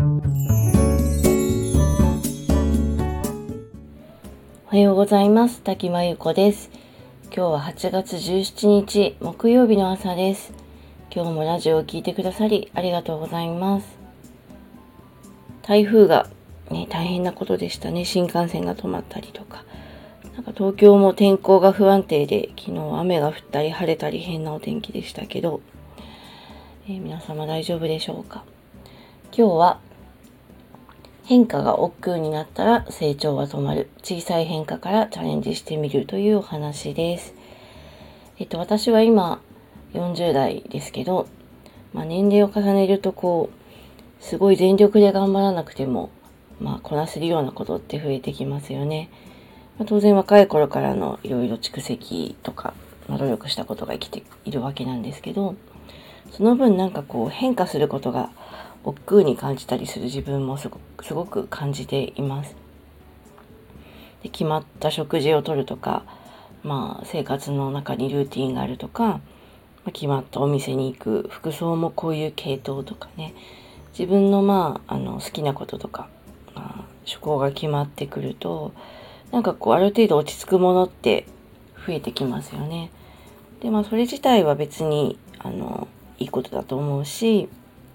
おはようございます。滝真由子です。今日は8月17日木曜日の朝です。今日もラジオを聞いてくださりありがとうございます。台風が、大変なことでしたね。新幹線が止まったりとか。東京も天候が不安定で、昨日雨が降ったり晴れたり変なお天気でしたけど、皆様大丈夫でしょうか。今日は変化が億劫になったら成長は止まる。小さい変化からチャレンジしてみるというお話です。私は今40代ですけど、年齢を重ねるとすごい全力で頑張らなくても、こなせるようなことって増えてきますよね。当然若い頃からのいろいろ蓄積とか、努力したことが生きているわけなんですけど、その分変化することが億劫に感じたりする自分もすごく感じています。で、決まった食事をとるとか、生活の中にルーティンがあるとか、決まったお店に行く、服装もこういう系統とかね、自分の好きなこととか、趣向が決まってくると、ある程度落ち着くものって増えてきますよね。で、それ自体は別にいいことだと思うし、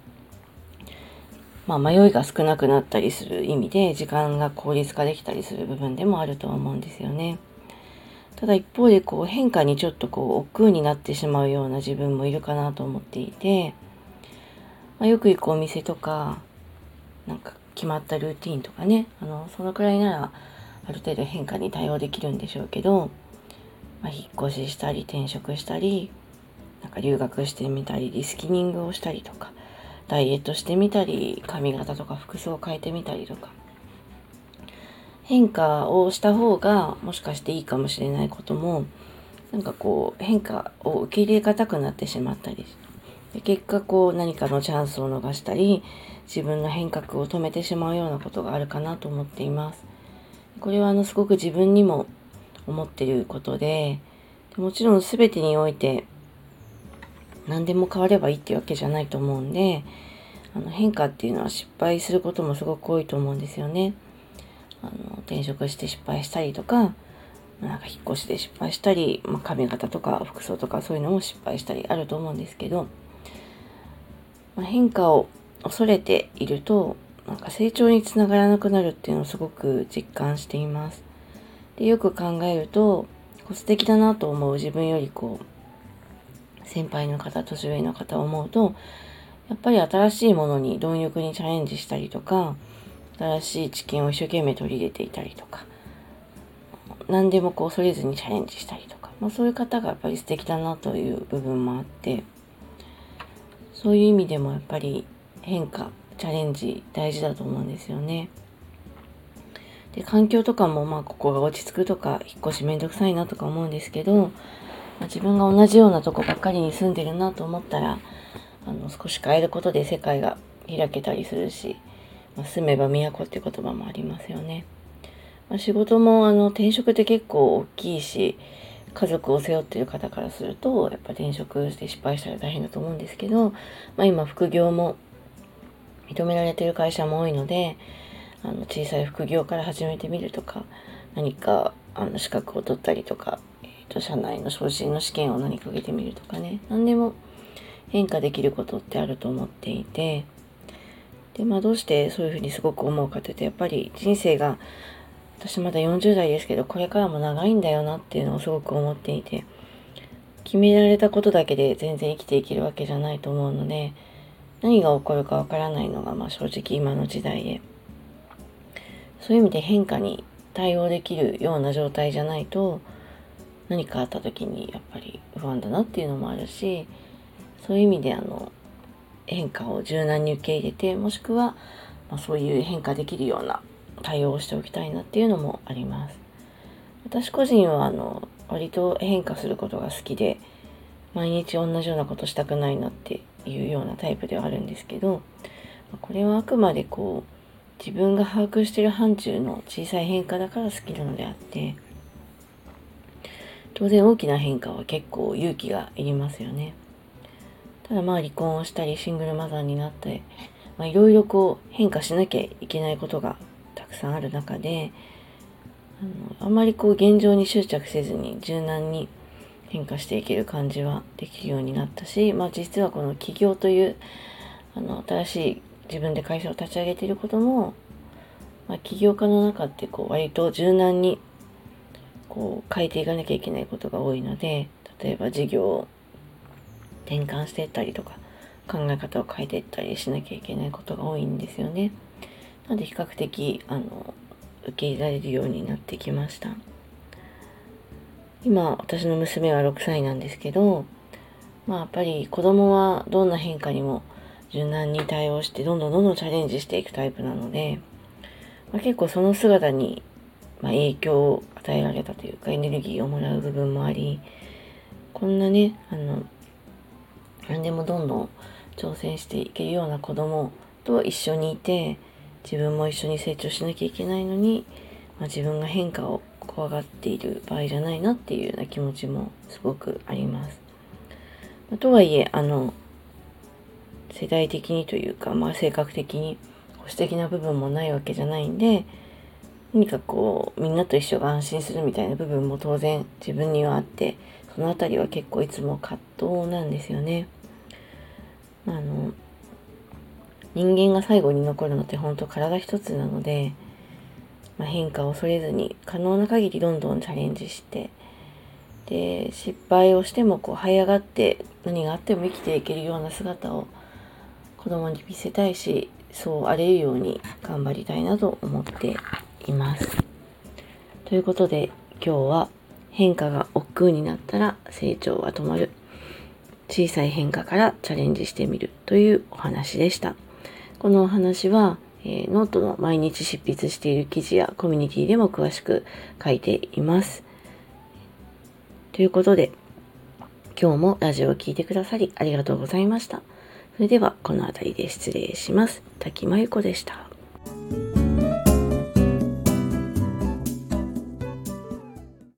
迷いが少なくなったりする意味で時間が効率化できたりする部分でもあるとは思うんですよね。ただ一方で変化にちょっと億劫になってしまうような自分もいるかなと思っていて、よく行くお店とか、決まったルーティンとかね、そのくらいならある程度変化に対応できるんでしょうけど、引っ越ししたり転職したり、留学してみたりリスキリングをしたりとか、ダイエットしてみたり、髪型とか服装を変えてみたりとか、変化をした方がもしかしていいかもしれないことも、変化を受け入れがたくなってしまったり、で結果何かのチャンスを逃したり、自分の変革を止めてしまうようなことがあるかなと思っています。これはすごく自分にも思っていることで、もちろん全てにおいて何でも変わればいいっていうわけじゃないと思うんで、変化っていうのは失敗することもすごく多いと思うんですよね。転職して失敗したりとか、引っ越しで失敗したり、髪型とか服装とかそういうのも失敗したりあると思うんですけど、変化を恐れていると成長につながらなくなるっていうのをすごく実感しています。で、よく考えると素敵だなと思う自分より先輩の方、年上の方を思うと、やっぱり新しいものに貪欲にチャレンジしたりとか、新しい知見を一生懸命取り入れていたりとか、何でも恐れずにチャレンジしたりとか、そういう方がやっぱり素敵だなという部分もあって、そういう意味でもやっぱり変化、チャレンジ大事だと思うんですよね。で、環境とかもここが落ち着くとか、引っ越しめんどくさいなとか思うんですけど、自分が同じようなとこばっかりに住んでるなと思ったら、少し変えることで世界が開けたりするし、住めば都っていう言葉もありますよね。仕事も転職って結構大きいし、家族を背負っている方からするとやっぱ転職して失敗したら大変だと思うんですけど、今副業も認められている会社も多いので、小さい副業から始めてみるとか、何か資格を取ったりとか、社内の昇進の試験を何か受けてみるとかね、何でも変化できることってあると思っていて、で、どうしてそういうふうにすごく思うかというと、やっぱり人生が、私まだ40代ですけど、これからも長いんだよなっていうのをすごく思っていて、決められたことだけで全然生きていけるわけじゃないと思うので、何が起こるかわからないのが正直今の時代で、そういう意味で変化に対応できるような状態じゃないと、何かあった時にやっぱり不安だなっていうのもあるし、そういう意味で変化を柔軟に受け入れて、もしくは、そういう変化できるような対応をしておきたいなっていうのもあります。私個人は割と変化することが好きで、毎日同じようなことしたくないなっていうようなタイプではあるんですけど、これはあくまで自分が把握している範疇の小さい変化だから好きなのであって、当然大きな変化は結構勇気がいりますよね。ただ離婚をしたりシングルマザーになって、 いろいろこう変化しなきゃいけないことがたくさんある中で、あまりこう現状に執着せずに柔軟に変化していける感じはできるようになったし、実はこの起業という新しい自分で会社を立ち上げていることも、起業家の中ってこう割と柔軟にこう変えていかなきゃいけないことが多いので、例えば事業を転換していったりとか、考え方を変えていったりしなきゃいけないことが多いんですよね。なので比較的受け入れられるようになってきました。今私の娘は6歳なんですけど、やっぱり子供はどんな変化にも柔軟に対応してどんどんチャレンジしていくタイプなので、結構その姿に影響を与えられたというか、エネルギーをもらう部分もあり、こんなね何でもどんどん挑戦していけるような子供と一緒にいて、自分も一緒に成長しなきゃいけないのに、自分が変化を怖がっている場合じゃないなっていうような気持ちもすごくあります。とはいえ世代的にというか、性格的に保守的な部分もないわけじゃないんで、何かこうみんなと一緒が安心するみたいな部分も当然自分にはあって、そのあたりは結構いつも葛藤なんですよね。人間が最後に残るのって本当体一つなので、変化を恐れずに可能な限りどんどんチャレンジして、で失敗をしてもこう這い上がって何があっても生きていけるような姿を子供に見せたいし、そうあれるように頑張りたいなと思っています。ということで今日は変化が億劫になったら成長は止まる、小さい変化からチャレンジしてみるというお話でした。このお話は、ノートの毎日執筆している記事やコミュニティでも詳しく書いています。ということで今日もラジオを聞いてくださりありがとうございました。それではこの辺りで失礼します。滝真由子でした。